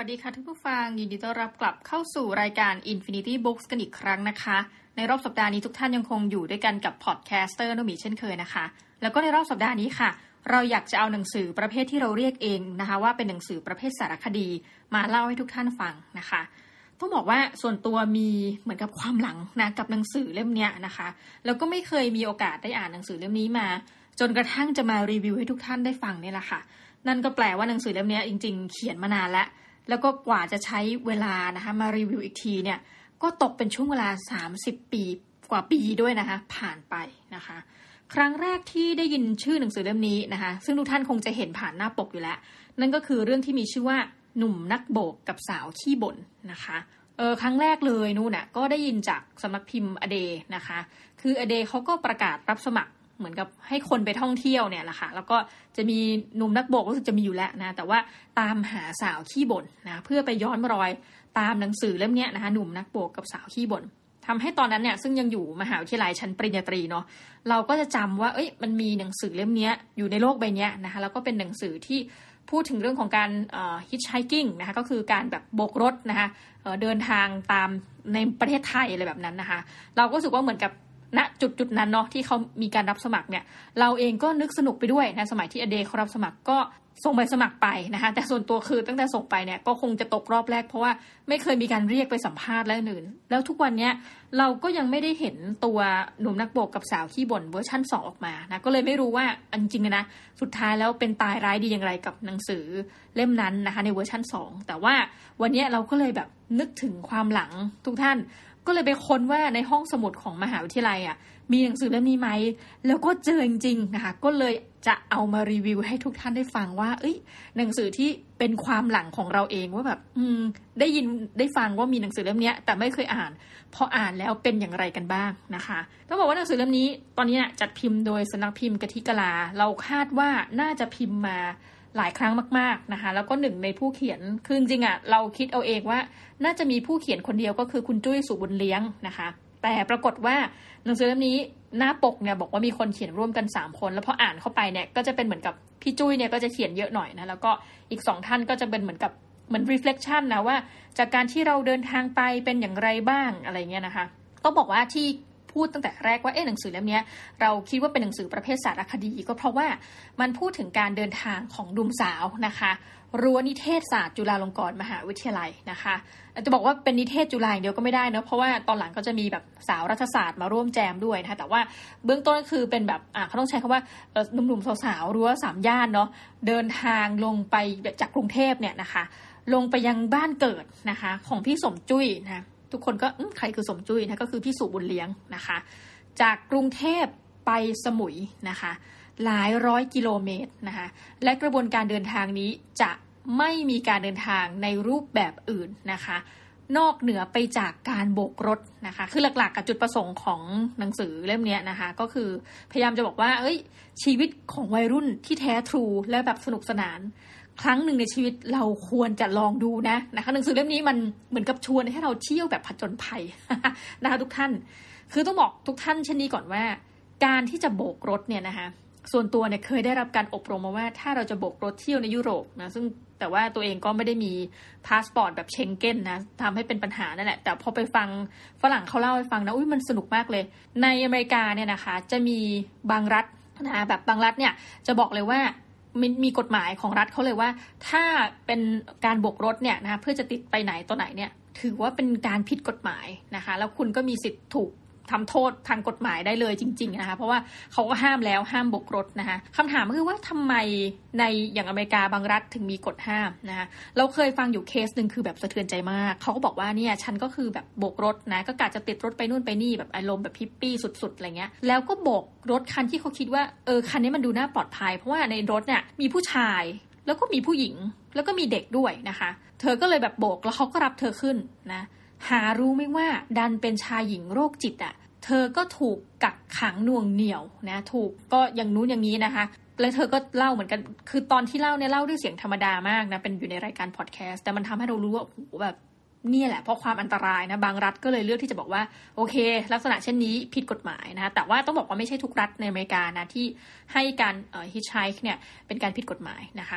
ดีค่ะทุกผู้ฟังยินดีต้อนรับกลับเข้าสู่รายการ Infinity Books กันอีกครั้งนะคะในรอบสัปดาห์นี้ทุกท่านยังคงอยู่ด้วยกันกับพอดแคสเตอร์โนมิเช่นเคยนะคะแล้วก็ในรอบสัปดาห์นี้ค่ะเราอยากจะเอาหนังสือประเภทที่เราเรียกเองนะคะว่าเป็นหนังสือประเภทสารคดีมาเล่าให้ทุกท่านฟังนะคะต้องบอกว่าส่วนตัวมีเหมือนกับความหลังนะกับหนังสือเล่มนี้นะคะแล้วก็ไม่เคยมีโอกาสได้อ่านหนังสือเล่มนี้มาจนกระทั่งจะมารีวิวให้ทุกท่านได้ฟังนี่แหละค่ะนั่นก็แปลว่าหนังสือเล่มนี้จริงๆเขียนมานานแล้วก็กว่าจะใช้เวลานะคะมารีวิวอีกทีเนี่ยก็ตกเป็นช่วงเวลา30ปีกว่าปีด้วยนะคะผ่านไปนะคะครั้งแรกที่ได้ยินชื่อหนังสือเล่มนี้นะคะซึ่งทุกท่านคงจะเห็นผ่านหน้าปกอยู่แล้วนั่นก็คือเรื่องที่มีชื่อว่าหนุ่มนักโบกกับสาวขี้บ่นนะคะครั้งแรกเลยนู่นน่ะก็ได้ยินจากสำนักพิมพ์อเดนะคะคืออเดเขาก็ประกาศรับสมัครเหมือนกับให้คนไปท่องเที่ยวเนี่ยแหละค่ะแล้วก็จะมีหนุ่มนักโบกรู้สึกจะมีอยู่แล้วนะแต่ว่าตามหาสาวขี้บ่นนะเพื่อไปย้อนรอยตามหนังสือเล่มนี้นะคะหนุ่มนักโบกกับสาวขี้บ่นทำให้ตอนนั้นเนี่ยซึ่งยังอยู่มหาวิทยาลัยชั้นปริญญาตรีเนาะเราก็จะจำว่ามันมีหนังสือเล่มนี้อยู่ในโลกใบนี้นะคะแล้วก็เป็นหนังสือที่พูดถึงเรื่องของการhitchhiking นะคะก็คือการแบบโบกรถนะคะเดินทางตามในประเทศไทยอะไรแบบนั้นนะคะเราก็รู้สึกว่าเหมือนกับณจุดนั้นเนาะที่เขามีการรับสมัครเนี่ยเราเองก็นึกสนุกไปด้วยนะสมัยที่อเดย์เขารับสมัครก็ส่งใบสมัครไปนะคะแต่ส่วนตัวคือตั้งแต่ส่งไปเนี่ยก็คงจะตกรอบแรกเพราะว่าไม่เคยมีการเรียกไปสัมภาษณ์และอื่นแล้วทุกวันนี้เราก็ยังไม่ได้เห็นตัวหนุ่มนักโบกกับสาวขี้บ่นเวอร์ชั่น2ออกมานะก็เลยไม่รู้ว่าจริงๆนะสุดท้ายแล้วเป็นตายร้ายดีอย่างไรกับหนังสือเล่มนั้นนะคะในเวอร์ชั่น2แต่ว่าวันนี้เราก็เลยแบบนึกถึงความหลังทุกท่านก็เลยไปค้นว่าในห้องสมุดของมหาวิทยาลัยมีหนังสือเล่มนี้ไหมแล้วก็เจอจริงๆนะคะก็เลยจะเอามารีวิวให้ทุกท่านได้ฟังว่าหนังสือที่เป็นความหลังของเราเองว่าแบบได้ยินได้ฟังว่ามีหนังสือเล่มนี้แต่ไม่เคยอ่านพออ่านแล้วเป็นอย่างไรกันบ้างนะคะต้องบอกว่าหนังสือเล่มนี้ตอนนี้จัดพิมพ์โดยสำนักพิมพ์กธิกาลาเราคาดว่าน่าจะพิมพ์มาหลายครั้งมากๆนะคะแล้วก็หนึ่งในผู้เขียนคือจริงๆเราคิดเอาเองว่าน่าจะมีผู้เขียนคนเดียวก็คือคุณจุ้ยสุบุญเลี้ยงนะคะแต่ปรากฏว่าหนังสือเล่มนี้หน้าปกเนี่ยบอกว่ามีคนเขียนร่วมกัน3คนแล้วพออ่านเข้าไปเนี่ยก็จะเป็นเหมือนกับพี่จุ้ยเนี่ยก็จะเขียนเยอะหน่อยนะแล้วก็อีก2ท่านก็จะเป็นเหมือนกับreflection นะว่าจากการที่เราเดินทางไปเป็นอย่างไรบ้างอะไรเงี้ยนะคะต้องบอกว่าที่พูดตั้งแต่แรกว่าหนังสือเล่มนี้เราคิดว่าเป็นหนังสือประเภทสารคดีก็เพราะว่ามันพูดถึงการเดินทางของหนุ่มสาวนะคะรั้วนิเทศศาสตร์จุฬาลงกรณ์มหาวิทยาลัยนะคะจะบอกว่าเป็นนิเทศจุฬาอย่างเดียวก็ไม่ได้นะเพราะว่าตอนหลังก็จะมีแบบสาวรัฐศาสตร์มาร่วมแจมด้วยนะคะแต่ว่าเบื้องต้นก็คือเป็นแบบเขาต้องใช้คำว่าหนุ่มๆสาวๆรั้ว3ย่านเนาะเดินทางลงไปจากกรุงเทพเนี่ยนะคะลงไปยังบ้านเกิดนะคะของพี่สมจุ้ยนะทุกคนก็ใครคือสมจุ้ยนะก็คือพี่สุบุญเลี้ยงนะคะจากกรุงเทพไปสมุยนะคะหลายร้อยกิโลเมตรนะคะและกระบวนการเดินทางนี้จะไม่มีการเดินทางในรูปแบบอื่นนะคะนอกเหนือไปจากการโบกรถนะคะคือหลักๆกับจุดประสงค์ของหนังสือเล่มนี้นะคะก็คือพยายามจะบอกว่าชีวิตของวัยรุ่นที่แท้ทรูและแบบสนุกสนานครั้งหนึ่งในชีวิตเราควรจะลองดูนะคะหนังสือเล่มนี้มันเหมือนกับชวนให้เราเที่ยวแบบผจญภัย นะคะทุกท่านคือต้องบอกทุกท่านเช่นนี้ก่อนว่าการที่จะโบกรถเนี่ยนะคะส่วนตัวเนี่ยเคยได้รับการอบรมมาว่าถ้าเราจะโบกรถเที่ยวในยุโรปนะซึ่งแต่ว่าตัวเองก็ไม่ได้มีพาสปอร์ตแบบเชงเก้นนะทำให้เป็นปัญหานั่นแหละแต่พอไปฟังฝรั่งเขาเล่าให้ฟังนะมันสนุกมากเลยในอเมริกาเนี่ยนะคะจะมีบางรัฐนะแบบบางรัฐเนี่ยจะบอกเลยว่ามีกฎหมายของรัฐเขาเลยว่าถ้าเป็นการโบกรถเนี่ยนะคะเพื่อจะติดไปไหนตัวไหนเนี่ยถือว่าเป็นการผิดกฎหมายนะคะแล้วคุณก็มีสิทธิ์ถูกทำโทษทางกฎหมายได้เลยจริงๆนะคะเพราะว่าเขาก็ห้ามแล้วห้ามโบกรถนะคะคำถามก็คือว่าทำไมในอย่างอเมริกาบางรัฐถึงมีกฎห้ามนะคะเราเคยฟังอยู่เคสนึงคือแบบสะเทือนใจมากเขาก็บอกว่าเนี่ยฉันก็คือแบบโบกรถนะก็กะจะติดรถไปนู่นไปนี่แบบอารมณ์แบบฮิปปี้สุดๆอะไรเงี้ยแล้วก็โบกรถคันที่เขาคิดว่าคันนี้มันดูน่าปลอดภัยเพราะว่าในรถเนี่ยมีผู้ชายแล้วก็มีผู้หญิงแล้วก็มีเด็กด้วยนะคะเธอก็เลยแบบโบกแล้วเขาก็รับเธอขึ้นนะหารู้ไหมว่าดันเป็นชายหญิงโรคจิตเธอก็ถูกกักขังหน่วงเหนี่ยวนะถูกก็อย่างนู้นอย่างนี้นะคะแล้วเธอก็เล่าเหมือนกันคือตอนที่เล่าเนี่ยเล่าด้วยเสียงธรรมดามากนะเป็นอยู่ในรายการพอดแคสต์แต่มันทำให้เรารู้ว่าโอ้โหแบบนี่แหละเพราะความอันตรายนะบางรัฐก็เลยเลือกที่จะบอกว่าโอเคลักษณะเช่นนี้ผิดกฎหมายนะคะแต่ว่าต้องบอกว่าไม่ใช่ทุกรัฐในอเมริกานะที่ให้การhitchhike เนี่ยเป็นการผิดกฎหมายนะคะ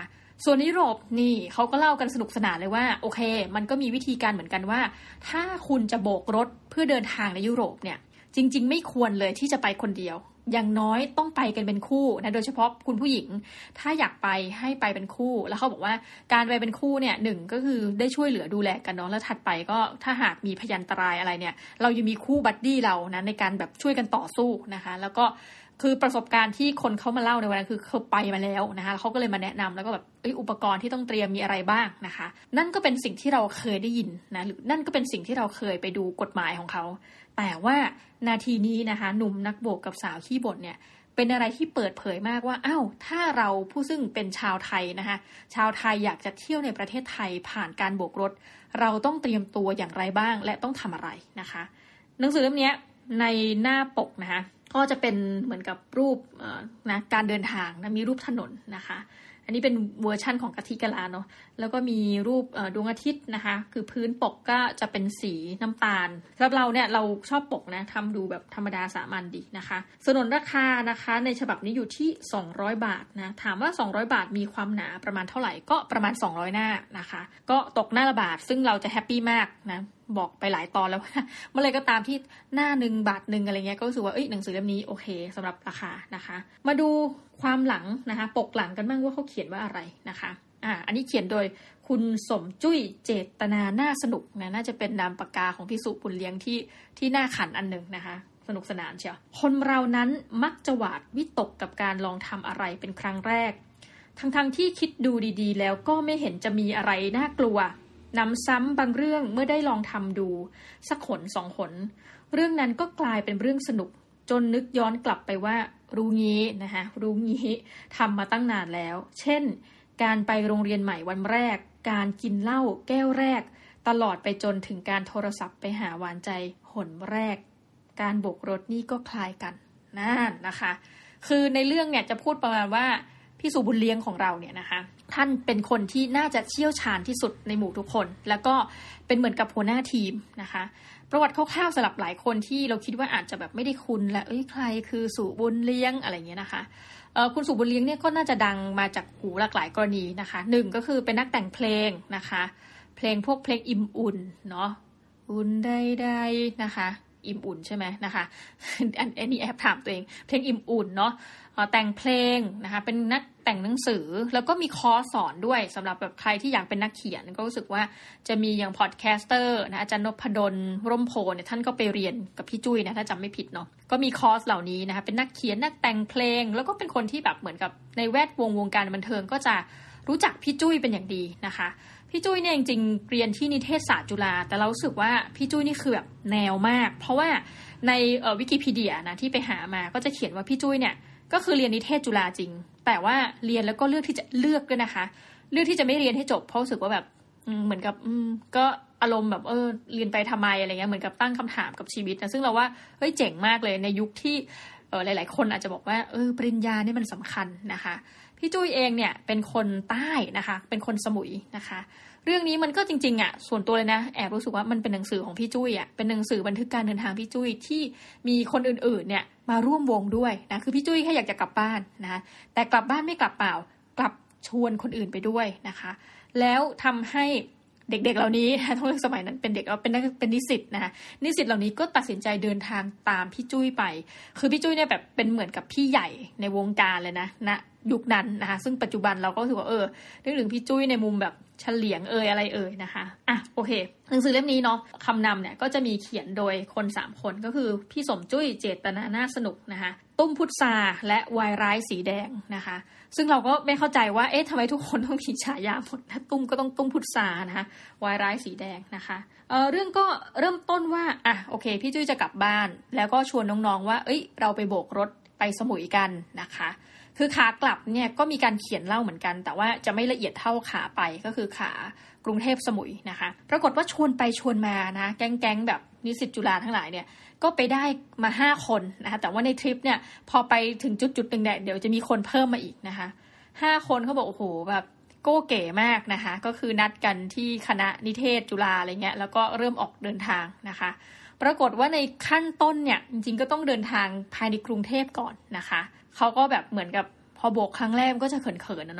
ส่วนยุโรปนี่เขาก็เล่ากันสนุกสนานเลยว่าโอเคมันก็มีวิธีการเหมือนกันว่าถ้าคุณจะโบกรถเพื่อเดินทางในยุโรปเนี่ยจริงๆไม่ควรเลยที่จะไปคนเดียวอย่างน้อยต้องไปกันเป็นคู่นะโดยเฉพาะคุณผู้หญิงถ้าอยากไปให้ไปเป็นคู่แล้วเขาบอกว่าการไปเป็นคู่เนี่ยหนึ่งก็คือได้ช่วยเหลือดูแลกันเนาะแล้วถัดไปก็ถ้าหากมีพยันตรายอะไรเนี่ยเรายังมีคู่บัดดี้เรานะในการแบบช่วยกันต่อสู้นะคะแล้วก็คือประสบการณ์ที่คนเขามาเล่าในวันนั้นคือเขาไปมาแล้วนะคะเขาก็เลยมาแนะนำแล้วก็แบบอุปกรณ์ที่ต้องเตรียมมีอะไรบ้างนะคะนั่นก็เป็นสิ่งที่เราเคยได้ยินนะหรือนั่นก็เป็นสิ่งที่เราเคยไปดูกฎหมายของเขาแต่ว่านาทีนี้นะคะหนุ่มนักโบกกับสาวขี้บ่นเนี่ยเป็นอะไรที่เปิดเผยมากว่าอ้าวถ้าเราผู้ซึ่งเป็นชาวไทยนะคะชาวไทยอยากจะเที่ยวในประเทศไทยผ่านการโบกรถเราต้องเตรียมตัวอย่างไรบ้างและต้องทำอะไรนะคะหนังสือเล่มนี้ในหน้าปกนะคะก็จะเป็นเหมือนกับรูปนะการเดินทางนะมีรูปถนนนะคะอันนี้เป็นเวอร์ชั่นของกะทิกะลาเนาะแล้วก็มีรูปดวงอาทิตย์นะคะคือพื้นปกก็จะเป็นสีน้ำตาลสำหรับเราเนี่ยเราชอบปกนะทำดูแบบธรรมดาสามัญดีนะคะสนุนราคานะคะในฉบับนี้อยู่ที่200 บาทนะถามว่า200 บาทมีความหนาประมาณเท่าไหร่ก็ประมาณ200 หน้านะคะก็ตกหน้าละบาทซึ่งเราจะแฮปปี้มากนะบอกไปหลายตอนแล้วว่าเมื่อไรก็ตามที่หน้า1 บาทอะไรเงี้ยก็รู้สึกว่าหนังสือเล่มนี้โอเคสำหรับราคานะคะมาดูความหลังนะคะปกหลังกันบ้างว่าเขาเขียนว่าอะไรนะคะอันนี้เขียนโดยคุณสมจุ้ยเจตนาน่าสนุกนะน่าจะเป็นนามปากกาของพี่สุบุญเลี้ยงที่น่าขันอันหนึ่งนะคะสนุกสนานเชียวคนเรานั้นมักจะหวาดวิตกกับการลองทำอะไรเป็นครั้งแรกทั้งที่คิดดูดีๆแล้วก็ไม่เห็นจะมีอะไรน่ากลัวนำซ้ำบางเรื่องเมื่อได้ลองทำดูสักหน2 หนเรื่องนั้นก็กลายเป็นเรื่องสนุกจนนึกย้อนกลับไปว่ารู้งี้นะคะรู้งี้ทำมาตั้งนานแล้วเช่นการไปโรงเรียนใหม่วันแรกการกินเหล้าแก้วแรกตลอดไปจนถึงการโทรศัพท์ไปหาหวานใจหนแรกการโบกรถนี่ก็คล้ายกันนั่นนะคะคือในเรื่องเนี่ยจะพูดประมาณว่าพี่สุบุญเลี้ยงของเราเนี่ยนะคะท่านเป็นคนที่น่าจะเชี่ยวชาญที่สุดในหมู่ทุกคนแล้วก็เป็นเหมือนกับหัวหน้าทีมนะคะประวัติคร่าวๆสำหรับหลายคนที่เราคิดว่าอาจจะแบบไม่ได้คุ้นและใครคือสุบุญเลี้ยงอะไรเงี้ยนะคะคุณสุบุญเลี้ยงเนี่ยก็น่าจะดังมาจากหูหลากหลายกรณีนะคะ1ก็คือเป็นนักแต่งเพลงนะคะเพลงพวกเพลงอิ่มอุ่นเนาะอุ่นใดๆนะคะอิ่มอุ่นใช่ไหมนะคะอันนี้แอบถามตัวเองเพลงอิ่มอุ่นเนาะแต่งเพลงนะคะเป็นนักแต่งหนังสือแล้วก็มีคอร์สสอนด้วยสำหรับแบบใครที่อยากเป็นนักเขียนก็รู้สึกว่าจะมีอย่างพอดแคสเตอร์นะอาจารย์นพดลร่มโพเนี่ยท่านก็ไปเรียนกับพี่จุ้ยนะถ้าจำไม่ผิดเนาะก็มีคอร์สเหล่านี้นะคะเป็นนักเขียนนักแต่งเพลงแล้วก็เป็นคนที่แบบเหมือนกับในแวดวงการบันเทิงก็จะรู้จักพี่จุ้ยเป็นอย่างดีนะคะพี่จุ้ยเนี่ยจริงๆเรียนที่นิเทศศาสตร์จุฬาแต่เรารู้สึกว่าพี่จุ้ยนี่คือแบบแนวมากเพราะว่าในวิกิพีเดียนะที่ไปหามาก็จะเขียนว่าพี่จุ้ยเนี่ยก็คือเรียนนิเทศจุฬาจริงแต่ว่าเรียนแล้วก็เลือกที่จะเลือกด้วยนะคะเลือกที่จะไม่เรียนให้จบเพราะรู้สึกว่าแบบเหมือนกับก็อารมณ์แบบเรียนไปทำไมอะไรเงี้ยเหมือนกับตั้งคำถามกับชีวิตนะซึ่งเราว่าเจ๋งมากเลยในยุคที่หลายๆคนอาจจะบอกว่าปริญญาเนี่ยมันสำคัญนะคะพี่จุ้ยเองเนี่ยเป็นคนใต้นะคะเป็นคนสมุยนะคะเรื่องนี้มันก็จริงๆส่วนตัวเลยนะแอบรู้สึกว่ามันเป็นหนังสือของพี่จุ้ยเป็นหนังสือบันทึกการเดินทางพี่จุ้ยที่มีคนอื่นๆเนี่ยมาร่วมวงด้วยนะคือพี่จุ้ยแค่อยากจะกลับบ้านนะแต่กลับบ้านไม่กลับเปล่ากลับชวนคนอื่นไปด้วยนะคะแล้วทำให้เด็กๆเหล่านี้นะทั้งสมัยนั้นเป็นเด็กเป็นนิสิตนะคะนิสิตเหล่านี้ก็ตัดสินใจเดินทางตามพี่จุ้ยไปคือพี่จุ้ยเนี่ยแบบเป็นเหมือนกับพี่ใหญ่ในวงการเลยนะยุคนั้นนะคะซึ่งปัจจุบันเราก็รู้สึกว่านึกถึงพี่จุ้ยในมุมแบบเฉลียงอะไรนะคะโอเคหนังสือเล่มนี้เนาะคำนำเนี่ยก็จะมีเขียนโดยคน3 คนก็คือพี่สมจุ้ยเจตนาน่าสนุกนะคะตุ้มพุทธาและวายร้ายสีแดงนะคะซึ่งเราก็ไม่เข้าใจว่าทำไมทุกคนต้องมีฉายาหมดนะตุ้มก็ต้องตุ้มพุทธานะคะวายร้ายสีแดงนะคะเรื่องก็เริ่มต้นว่าโอเคพี่จุ้ยจะกลับบ้านแล้วก็ชวนน้องๆว่าเราไปโบกรถไปสมุยกันนะคะคือขากลับเนี่ยก็มีการเขียนเล่าเหมือนกันแต่ว่าจะไม่ละเอียดเท่าขาไปก็คือขากรุงเทพสมุยนะคะปรากฏว่าชวนไปชวนมานะแก๊งแบบนิสิตจุฬาทั้งหลายเนี่ยก็ไปได้มา5 คนนะคะแต่ว่าในทริปเนี่ยพอไปถึงจุดนึงเนี่ยเดี๋ยวจะมีคนเพิ่มมาอีกนะคะ5 คนเขาบอกโอ้โหแบบโก้เก๋มากนะคะก็คือนัดกันที่คณะนิเทศจุฬาอะไรเงี้ยแล้วก็เริ่มออกเดินทางนะคะปรากฏว่าในขั้นต้นเนี่ยจริงๆก็ต้องเดินทางภายในกรุงเทพก่อนนะคะเขาก็แบบเหมือนกับพอโบกครั้งแรกก็จะเขินๆนะเนาะ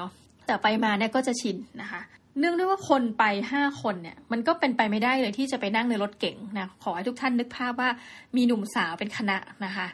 แต่ไปมาเนี่ยก็จะชินนะคะเนื่องด้วยว่าคนไป5คนเนี่ยมันก็เป็นไปไม่ได้เลยที่จะไปนั่งในรถเก๋งนะขอให้ทุกท่านนึกภาพว่ามีหนุ่มสาวเป็นคณะนะคะ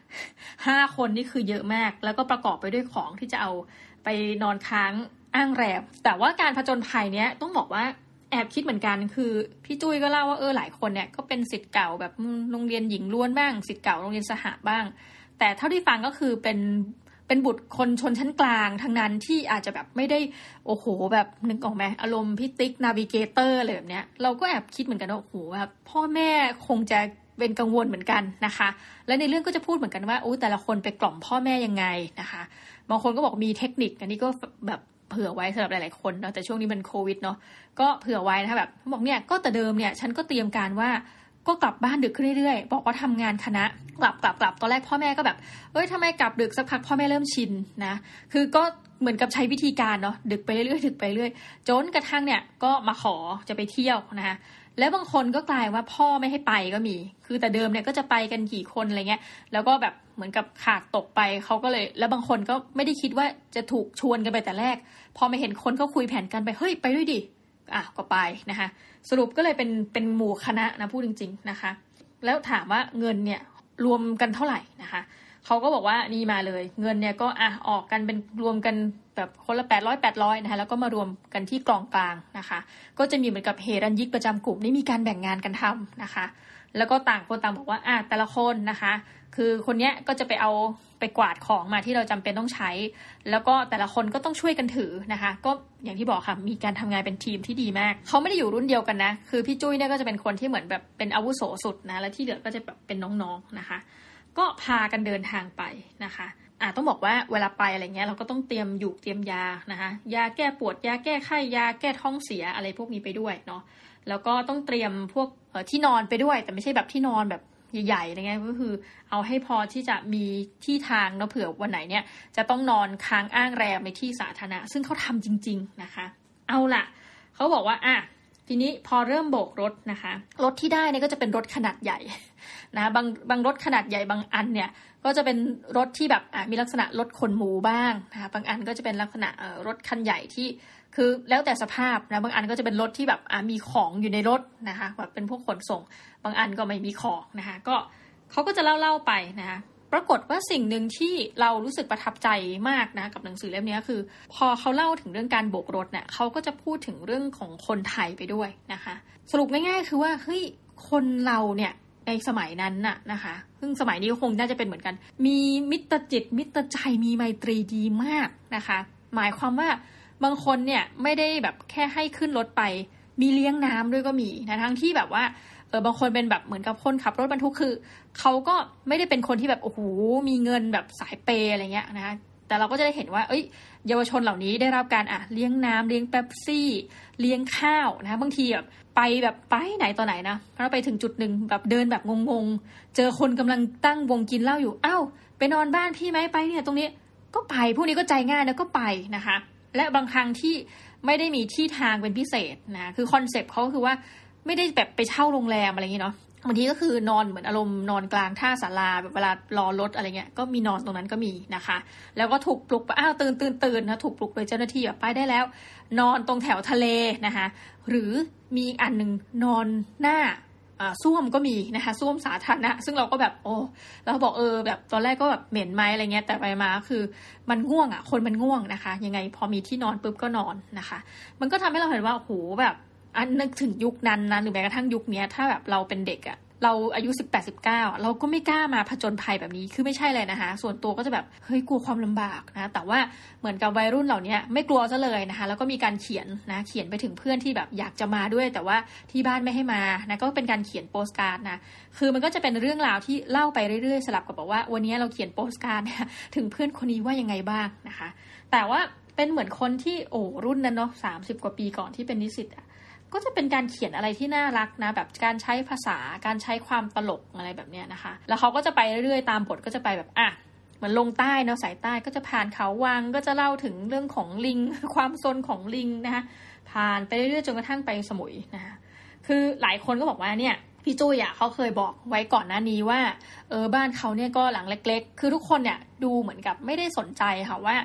5คนนี่คือเยอะมากแล้วก็ประกอบไปด้วยของที่จะเอาไปนอนค้างอ้างแรมแต่ว่าการผจญภัยเนี้ยต้องบอกว่าแอบคิดเหมือนกันคือพี่จุ้ยก็เล่าว่าหลายคนเนี่ยก็เป็นศิษย์เก่าแบบโรงเรียนหญิงล้วนบ้างศิษย์เก่าโรงเรียนสหบ้างแต่เท่าที่ฟังก็คือเป็นบุตรคนชนชั้นกลางทั้งนั้นที่อาจจะแบบไม่ได้โอ้โหแบบนึกออกไหมอารมณ์พี่ติ๊กนาวิเกเตอร์อะไรแบบเนี้ยเราก็แอบคิดเหมือนกันว่าโอ้โหแบบพ่อแม่คงจะเป็นกังวลเหมือนกันนะคะและในเรื่องก็จะพูดเหมือนกันว่าแต่ละคนไปกล่อมพ่อแม่ยังไงนะคะบางคนก็บอกมีเทคนิคอันนี้ก็แบบเผื่อไว้สำหรับหลายๆคนเนาะแต่ช่วงนี้มันโควิดเนาะก็เผื่อไว้นะคะแบบบอกเนี่ยก็แต่เดิมเนี่ยฉันก็เตรียมการว่าก็กลับบ้านดึกขึ้นเรื่อยๆบอกว่าทำงานคณะกลับตอนแรกพ่อแม่ก็แบบทำไมกลับดึกสักพักพ่อแม่เริ่มชินนะคือก็เหมือนกับใช้วิธีการเนาะดึกไปเรื่อยจนกระทั่งเนี่ยก็มาขอจะไปเที่ยวนะคะแล้วบางคนก็กลายว่าพ่อไม่ให้ไปก็มีคือแต่เดิมเนี่ยก็จะไปกันกี่คนอะไรเงี้ยแล้วก็แบบเหมือนกับขาดตกไปเขาก็เลยแล้วบางคนก็ไม่ได้คิดว่าจะถูกชวนกันไปแต่แรกพอมาเห็นคนก็คุยแผนกันไปเฮ้ยไปด้วยดิก็ไปนะคะสรุปก็เลยเป็นหมู่คณะนะพูดจริงๆนะคะแล้วถามว่าเงินเนี่ยรวมกันเท่าไหร่นะคะเขาก็บอกว่านี่มาเลยเงินเนี่ยก็ออกกันเป็นรวมกันแบบคนละ800นะคะแล้วก็มารวมกันที่กองกลางนะคะก็จะมีเหมือนกับเฮรัญยิกประจำกลุ่มนี่มีการแบ่งงานกันทำนะคะแล้วก็ต่างคนต่างบอกว่าแต่ละคนนะคะคือคนเนี้ยก็จะไปกวาดของมาที่เราจำเป็นต้องใช้แล้วก็แต่ละคนก็ต้องช่วยกันถือนะคะก็อย่างที่บอกค่ะมีการทำงานเป็นทีมที่ดีมากเขาไม่ได้อยู่รุ่นเดียวกันนะคือพี่จุ้ยเนี่ยก็จะเป็นคนที่เหมือนแบบเป็นอาวุโสสุดนะและที่เหลือก็จะแบบเป็นน้องๆนะคะก็พากันเดินทางไปนะคะต้องบอกว่าเวลาไปอะไรเงี้ยเราก็ต้องเตรียมเตรียมยานะคะยาแก้ปวดยาแก้ไข้ยาแก้ท้องเสียอะไรพวกนี้ไปด้วยเนาะแล้วก็ต้องเตรียมพวกที่นอนไปด้วยแต่ไม่ใช่แบบที่นอนแบบใหญ่ๆอะไรเงี้ยก็คือเอาให้พอที่จะมีที่ทางเนาะเผื่อวันไหนเนี่ยจะต้องนอนค้างอ้างแรมในที่สาธารณะซึ่งเขาทำจริงๆนะคะเอาล่ะเขาบอกว่าทีนี้พอเริ่มโบกรถนะคะรถที่ได้เนี่ยก็จะเป็นรถขนาดใหญ่นะบางรถขนาดใหญ่บางอันเนี่ยก็จะเป็นรถที่แบบมีลักษณะรถขนหมูบ้างนะคะบางอันก็จะเป็นลักษณะรถคันใหญ่ที่คือแล้วแต่สภาพนะบางอันก็จะเป็นรถที่แบบมีของอยู่ในรถนะคะแบบเป็นพวกขนส่งบางอันก็ไม่มีของนะคะก็เขาก็จะเล่าไปนะคะปรากฏว่าสิ่งหนึ่งที่เรารู้สึกประทับใจมากนะกับหนังสือเล่มนี้คือพอเขาเล่าถึงเรื่องการโบกรถเนี่ยเขาก็จะพูดถึงเรื่องของคนไทยไปด้วยนะคะสรุปง่ายๆคือว่าเฮ้ยคนเราเนี่ยในสมัยนั้นน่ะนะคะซึ่งสมัยนี้คงน่าจะเป็นเหมือนกันมีมิตรจิตมิตรใจมีไมตรีดีมากนะคะหมายความว่าบางคนเนี่ยไม่ได้แบบแค่ให้ขึ้นรถไปมีเลี้ยงน้ำด้วยก็มีนะทั้งที่แบบว่าบางคนเป็นแบบเหมือนกับคนขับรถบรรทุกคือเขาก็ไม่ได้เป็นคนที่แบบโอ้โหมีเงินแบบสายเปย์อะไรเงี้ยนะคะแต่เราก็จะได้เห็นว่าเยาวชนเหล่านี้ได้รับการเลี้ยงน้ำเลี้ยงเป๊ปซี่เลี้ยงข้าวนะบางทีแบบไปไหนต่อไหนนะเราไปถึงจุดหนึ่งแบบเดินแบบงงๆเจอคนกำลังตั้งวงกินเหล้าอยู่ไปนอนบ้านพี่ไหมไปเนี่ยตรงนี้ก็ไปพวกนี้ก็ใจง่ายนะก็ไปนะคะและบางครั้งที่ไม่ได้มีที่ทางเป็นพิเศษนะคือคอนเซ็ปต์เขาคือว่าไม่ได้แบบไปเช่าโรงแรมอะไรอย่างงี้เนาะบางทีก็คือนอนเหมือนอารมณ์นอนกลางท่าศาลาแบบเวลารอรถอะไรเงี้ยก็มีนอนตรงนั้นก็มีนะคะแล้วก็ถูกปลุกตื่นนะถูกปลุกโดยเจ้าหน้าที่แบบไปได้แล้วนอนตรงแถวทะเลนะคะหรือมีอันนึงนอนหน้าส้วมก็มีนะคะส้วมสาธารณะซึ่งเราก็แบบเราบอกแบบตอนแรกก็แบบเหม็นไหมอะไรเงี้ยแต่ไปมาคือมันง่วงคนมันง่วงนะคะยังไงพอมีที่นอนปุ๊บก็นอนนะคะมันก็ทำให้เราเห็นว่าโอ้โหแบบนึกถึงยุคนั้นนะหรือแม้กระทั่งยุคนี้ถ้าแบบเราเป็นเด็กเราอายุ18-19เราก็ไม่กล้ามาผจญภัยแบบนี้คือไม่ใช่เลยนะคะส่วนตัวก็จะแบบเฮ้ยกลัวความลำบากนะแต่ว่าเหมือนกับวัยรุ่นเหล่านี้ไม่กลัวซะเลยนะคะแล้วก็มีการเขียนไปถึงเพื่อนที่แบบอยากจะมาด้วยแต่ว่าที่บ้านไม่ให้มานะก็เป็นการเขียนโปสการ์ดนะคือมันก็จะเป็นเรื่องราวที่เล่าไปเรื่อยๆสลับกับบอกว่าวันนี้เราเขียนโปสการ์ดถึงเพื่อนคนนี้ว่ายังไงบ้างนะคะแต่ว่าเป็นเหมือนคนที่รุ่นนั้นเนาะ30 กว่าปีก่อนที่เป็นนิสิตก็จะเป็นการเขียนอะไรที่น่ารักนะแบบการใช้ภาษาการใช้ความตลกอะไรแบบเนี้ยนะคะแล้วเขาก็จะไปเรื่อยๆตามบทก็จะไปแบบเหมือนลงใต้เนาะสายใต้ก็จะผ่านเขาวังก็จะเล่าถึงเรื่องของลิง ความซนของลิงนะคะผ่านไปเรื่อยๆจนกระทั่งไปสมุยนะคะคือหลายคนก็บอกว่าเนี่ยพี่จุ้ยเขาเคยบอกไว้ก่อนหน้านี้ว่าบ้านเขาเนี่ยก็หลังเล็กๆคือทุกคนเนี่ยดูเหมือนกับไม่ได้สนใจค่ะว่า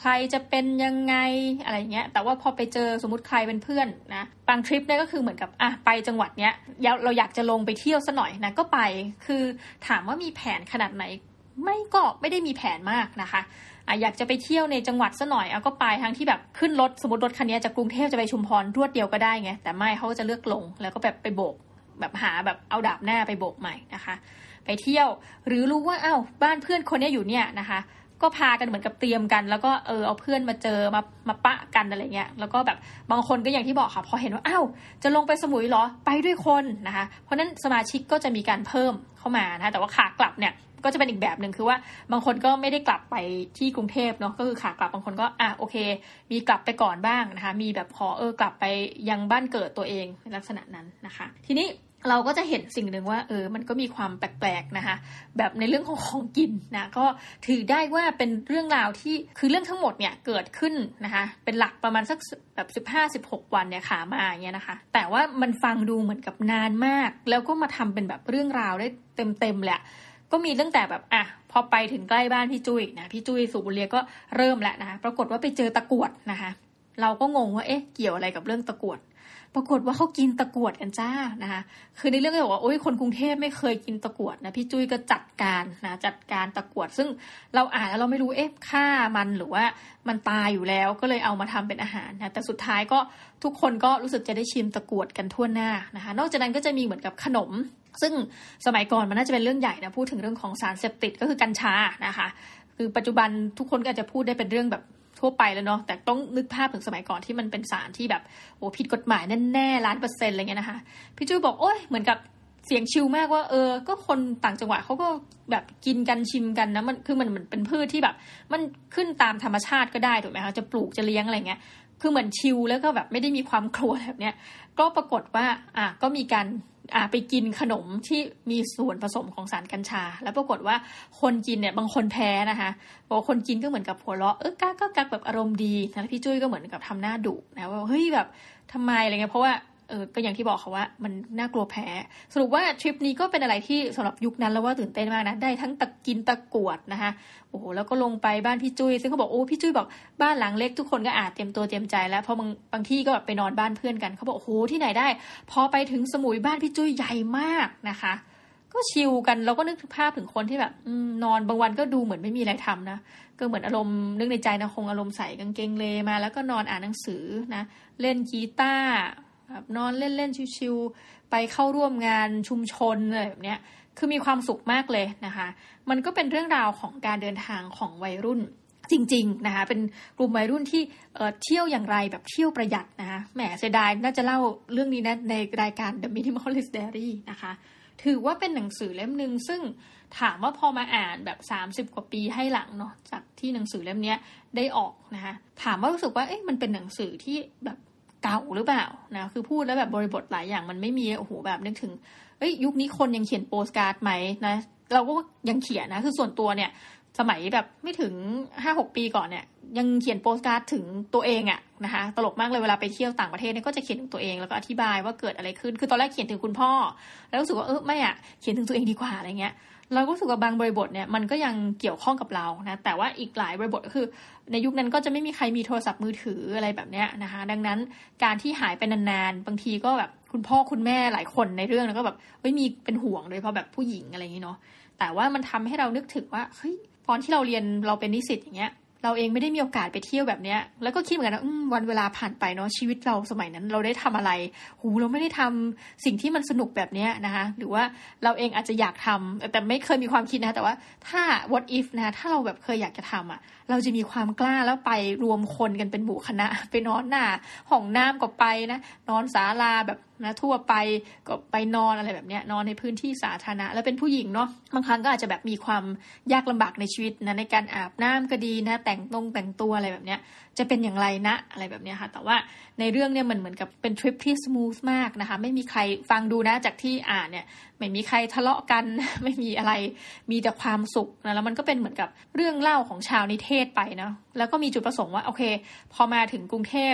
ใครจะเป็นยังไงอะไรเงี้ยแต่ว่าพอไปเจอสมมุติใครเป็นเพื่อนนะบางทริปเนี่ยก็คือเหมือนกับไปจังหวัดเนี้ยเราอยากจะลงไปเที่ยวซะหน่อยนะก็ไปคือถามว่ามีแผนขนาดไหนไม่ได้มีแผนมากนะคะอยากจะไปเที่ยวในจังหวัดซะหน่อยก็ไปทั้งที่แบบขึ้นรถสมมติรถคันนี้จากกรุงเทพจะไปชุมพรรวดเดียวก็ได้ไงแต่ไม่เขาจะเลือกลงแล้วก็แบบไปโบกแบบหาแบบเอาดาบหน้าไปโบกใหม่นะคะไปเที่ยวหรือรู้ว่าบ้านเพื่อนคนนี้อยู่เนี่ยนะคะก็พากันเหมือนกับเตรียมกันแล้วก็เอาเพื่อนมาเจอมาปะกันอะไรเงี้ยแล้วก็แบบบางคนก็อย่างที่บอกค่ะพอเห็นว่าจะลงไปสมุยเหรอไปด้วยคนนะคะเพราะนั้นสมาชิกก็จะมีการเพิ่มเข้ามานะแต่ว่าขากลับเนี่ยก็จะเป็นอีกแบบนึงคือว่าบางคนก็ไม่ได้กลับไปที่กรุงเทพเนาะก็คือขากลับบางคนก็โอเคมีกลับไปก่อนบ้างนะคะมีแบบขอกลับไปยังบ้านเกิดตัวเองในลักษณะนั้นนะคะทีนี้เราก็จะเห็นสิ่งหนึ่งว่ามันก็มีความแปลกๆนะคะแบบในเรื่องของกินนะก็ถือได้ว่าเป็นเรื่องราวที่คือเรื่องทั้งหมดเนี่ยเกิดขึ้นนะคะเป็นหลักประมาณสักแบบ15-16 วันเนี่ยขามาอย่างเงี้ยนะคะแต่ว่ามันฟังดูเหมือนกับนานมากแล้วก็มาทำเป็นแบบเรื่องราวได้เต็มๆแหละก็มีตั้งแต่แบบพอไปถึงใกล้บ้านพี่จุ้ยนะพี่จุ้ยสุบุญเรียก็เริ่มแล้วนะคะปรากฏว่าไปเจอตะกรวดนะคะเราก็งงว่าเกี่ยวอะไรกับเรื่องตะกรวดปรากฏว่าเขากินตะกรวดกันจ้านะคะคือในเรื่องก็บอกว่าคนกรุงเทพไม่เคยกินตะกรวดนะพี่จุ้ยก็จัดการตะกรวดซึ่งเราอ่านแล้วเราไม่รู้ฆ่ามันหรือว่ามันตายอยู่แล้วก็เลยเอามาทำเป็นอาหารนะแต่สุดท้ายก็ทุกคนก็รู้สึกจะได้ชิมตะกรวดกันทั่วหน้านะคะนอกจากนั้นก็จะมีเหมือนกับขนมซึ่งสมัยก่อนมันน่าจะเป็นเรื่องใหญ่นะพูดถึงเรื่องของสารเสพติดก็คือกัญชานะคะคือปัจจุบันทุกคนก็อาจจะพูดได้เป็นเรื่องแบบทั่วไปแล้วเนาะแต่ต้องนึกภาพถึงสมัยก่อนที่มันเป็นสารที่แบบผิดกฎหมายแน่ๆ100%อะไรเงี้ยนะคะพี่จุ้ยบอกเหมือนกับเสียงชิลมากว่าก็คนต่างจังหวัดเขาก็แบบกินกันชิมกันนะมันคือมันเป็นพืชที่แบบมันขึ้นตามธรรมชาติก็ได้ถูกไหมคะจะปลูกจะเลี้ยงอะไรเงี้ยคือเหมือนชิลแล้วก็แบบไม่ได้มีความกลัวแบบเนี้ยก็ปรากฏว่าก็มีการไปกินขนมที่มีส่วนผสมของสารกัญชาแล้วปรากฏว่าคนกินเนี่ยบางคนแพ้นะคะบอกคนกินก็เหมือนกับหัวเราะกักแบบอารมณ์ดีนะพี่จุ้ยก็เหมือนกับทำหน้าดุนะว่าเฮ้ยแบบทำไมอะไรเงี้ยเพราะว่าก็อย่างที่บอกเขาว่ามันน่ากลัวแพ้สรุปว่าทริปนี้ก็เป็นอะไรที่สำหรับยุคนั้นแล้วว่าตื่นเต้นมากนะได้ทั้งกินตะกรวดนะคะแล้วก็ลงไปบ้านพี่จุ้ยซึ่งเขาบอกพี่จุ้ยบอกบ้านหลังเล็กทุกคนก็เตรียมตัวเตรียมใจแล้วเพราะบางที่ก็แบบไปนอนบ้านเพื่อนกันเขาบอกที่ไหนได้พอไปถึงสมุยบ้านพี่จุ้ยใหญ่มากนะคะก็ชิลกันเราก็นึกภาพถึงคนที่แบบนอนบางวันก็ดูเหมือนไม่มีอะไรทำนะก็เหมือนอารมณ์นึกในใจนะคงอารมณ์ใส่กางเกงเลมาแล้วก็นอนอ่านหนังสือนะเล่นกีตาร์แบบนอนเล่นๆชิวๆไปเข้าร่วมงานชุมชนอะไรแบบเนี้ยคือมีความสุขมากเลยนะคะมันก็เป็นเรื่องราวของการเดินทางของวัยรุ่นจริงๆนะคะเป็นกลุ่มวัยรุ่นที่เที่ยวอย่างไรแบบเที่ยวประหยัดนะคะแหมเสียดายน่าจะเล่าเรื่องนี้นะในรายการ The Minimalist Diary นะคะถือว่าเป็นหนังสือเล่มนึงซึ่งถามว่าพอมาอ่านแบบ30 กว่าปีให้หลังเนาะจากที่หนังสือเล่มนี้ได้ออกนะคะถามว่ารู้สึกว่ามันเป็นหนังสือที่แบบเก่าหรือเปล่านะคือพูดแล้วแบบบริบทหลายอย่างมันไม่มีแบบนึกถึงยุคนี้คนยังเขียนโปสการ์ดไหมนะเราก็ยังเขียนนะคือส่วนตัวเนี่ยสมัยแบบไม่ถึง 5-6 ปีก่อนเนี่ยยังเขียนโปสการ์ดถึงตัวเองนะคะตลกมากเลยเวลาไปเที่ยวต่างประเทศเนี่ยก็จะเขียนถึงตัวเองแล้วก็อธิบายว่าเกิดอะไรขึ้นคือตอนแรกเขียนถึงคุณพ่อแล้วรู้สึกว่าไม่เขียนถึงตัวเองดีกว่าอะไรเงี้ยเราก็รู้สึกว่าบางบริบทเนี่ยมันก็ยังเกี่ยวข้องกับเรานะแต่ว่าอีกหลายบริบทก็คือในยุคนั้นก็จะไม่มีใครมีโทรศัพท์มือถืออะไรแบบเนี้ยนะคะดังนั้นการที่หายไปนานๆบางทีก็แบบคุณพ่อคุณแม่หลายคนในเรื่องแล้วก็แบบมีเป็นห่วงโดยเฉพาะแบบผู้หญิงอะไรอย่างนี้เนาะแต่ว่ามันทำให้เรานึกถึงว่าเฮ้ยตอนที่เราเรียนเราเป็นนิสิตอย่างเงี้ยเราเองไม่ได้มีโอกาสไปเที่ยวแบบเนี้ยแล้วก็คิดเหมือนกันนะวันเวลาผ่านไปเนาะชีวิตเราสมัยนั้นเราได้ทำอะไรเราไม่ได้ทำสิ่งที่มันสนุกแบบเนี้ยนะคะหรือว่าเราเองอาจจะอยากทำแต่ไม่เคยมีความคิดนะแต่ว่าถ้า what if นะถ้าเราแบบเคยอยากจะทำเราจะมีความกล้าแล้วไปรวมคนกันเป็นหมู่คณะไปนอนหน้าห้องน้ำก็ไปนะนอนศาลาแบบนะทั่วไปก็ไปนอนอะไรแบบเนี้ยนอนในพื้นที่สาธารณะแล้วเป็นผู้หญิงเนาะบางครั้งก็อาจจะแบบมีความยากลำบากในชีวิตนะในการอาบน้ำก็ดีนะแต่งตัวอะไรแบบเนี้ยจะเป็นอย่างไรนะอะไรแบบเนี้ยค่ะแต่ว่าในเรื่องเนี่ยมันเหมือนกับเป็นทริปที่สมูทมากนะคะไม่มีใครฟังดูนะจากที่อ่านเนี่ยไม่มีใครทะเลาะกันไม่มีอะไรมีแต่ความสุขนะแล้วมันก็เป็นเหมือนกับเรื่องเล่าของชาวนิเทศไปเนาะแล้วก็มีจุดประสงค์ว่าโอเคพอมาถึงกรุงเทพ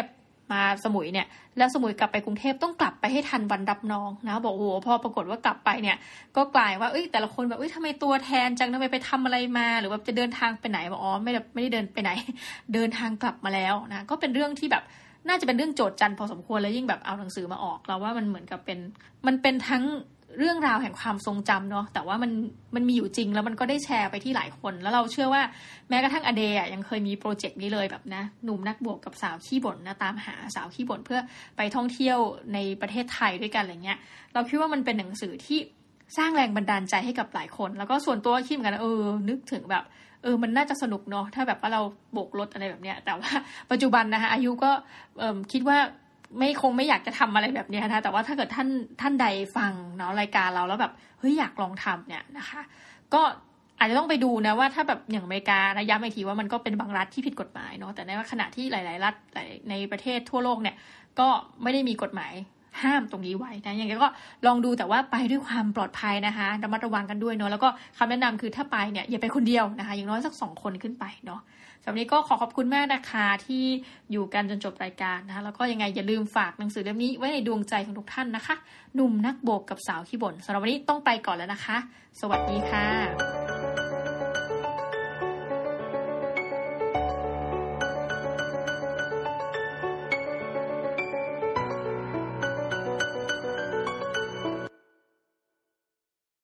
มาสมุยเนี่ยแล้วสมุยกลับไปกรุงเทพต้องกลับไปให้ทันวันรับน้องนะบอกโอ้โหพอปรากฏว่ากลับไปเนี่ยก็กลายว่าแต่ละคนแบบทำไมตัวแทนจังทำไมไปทำอะไรมาหรือว่าจะเดินทางไปไหนบอกไม่ได้เดินไปไหนเดินทางกลับมาแล้วนะก็เป็นเรื่องที่แบบน่าจะเป็นเรื่องโจษจันพอสมควรแล้วยิ่งแบบเอาหนังสือมาออกเราว่ามันเหมือนกับมันเป็นทั้งเรื่องราวแห่งความทรงจำเนาะแต่ว่ามันมีอยู่จริงแล้วมันก็ได้แชร์ไปที่หลายคนแล้วเราเชื่อว่าแม้กระทั่งอเดย์ยังเคยมีโปรเจกต์นี้เลยแบบนะหนุ่มนักบวกกับสาวขี้บ่นนะตามหาสาวขี้บ่นเพื่อไปท่องเที่ยวในประเทศไทยด้วยกันอะไรเงี้ยเราคิดว่ามันเป็นหนังสือที่สร้างแรงบันดาลใจให้กับหลายคนแล้วก็ส่วนตัวคิดเหมือนกันนึกถึงแบบมันน่าจะสนุกเนาะถ้าแบบว่าเราโบกรถอะไรแบบเนี้ยแต่ว่าปัจจุบันนะคะอายุก็คิดว่าคงไม่อยากจะทำอะไรแบบนี้นะแต่ว่าถ้าเกิดท่านใดฟังเนาะรายการเราแล้วแบบอยากลองทำเนี่ยนะคะก็อาจจะต้องไปดูนะว่าถ้าแบบอย่างอเมริกานะย้ำอีกทีว่ามันก็เป็นบางรัฐที่ผิดกฎหมายเนาะแต่ในขณะที่หลายๆรัฐในประเทศทั่วโลกเนี่ยก็ไม่ได้มีกฎหมายห้ามตรงนี้ไว้นะอย่างนี้ก็ลองดูแต่ว่าไปด้วยความปลอดภัยนะคะระมัดระวังกันด้วยเนาะแล้วก็คำแนะนำคือถ้าไปเนี่ยอย่าไปคนเดียวนะคะอย่างน้อยสัก2 คนขึ้นไปเนาะสำหรับนี้ก็ขอบคุณมากนะคะที่อยู่กันจนจบรายการนะคะแล้วก็ยังไงอย่าลืมฝากหนังสือเล่มนี้ไว้ในดวงใจของทุกท่านนะคะหนุ่มนักโบกกับสาวขี้บ่นสำหรับวันนี้ต้องไปก่อนแล้วนะคะสวัสดีค่ะ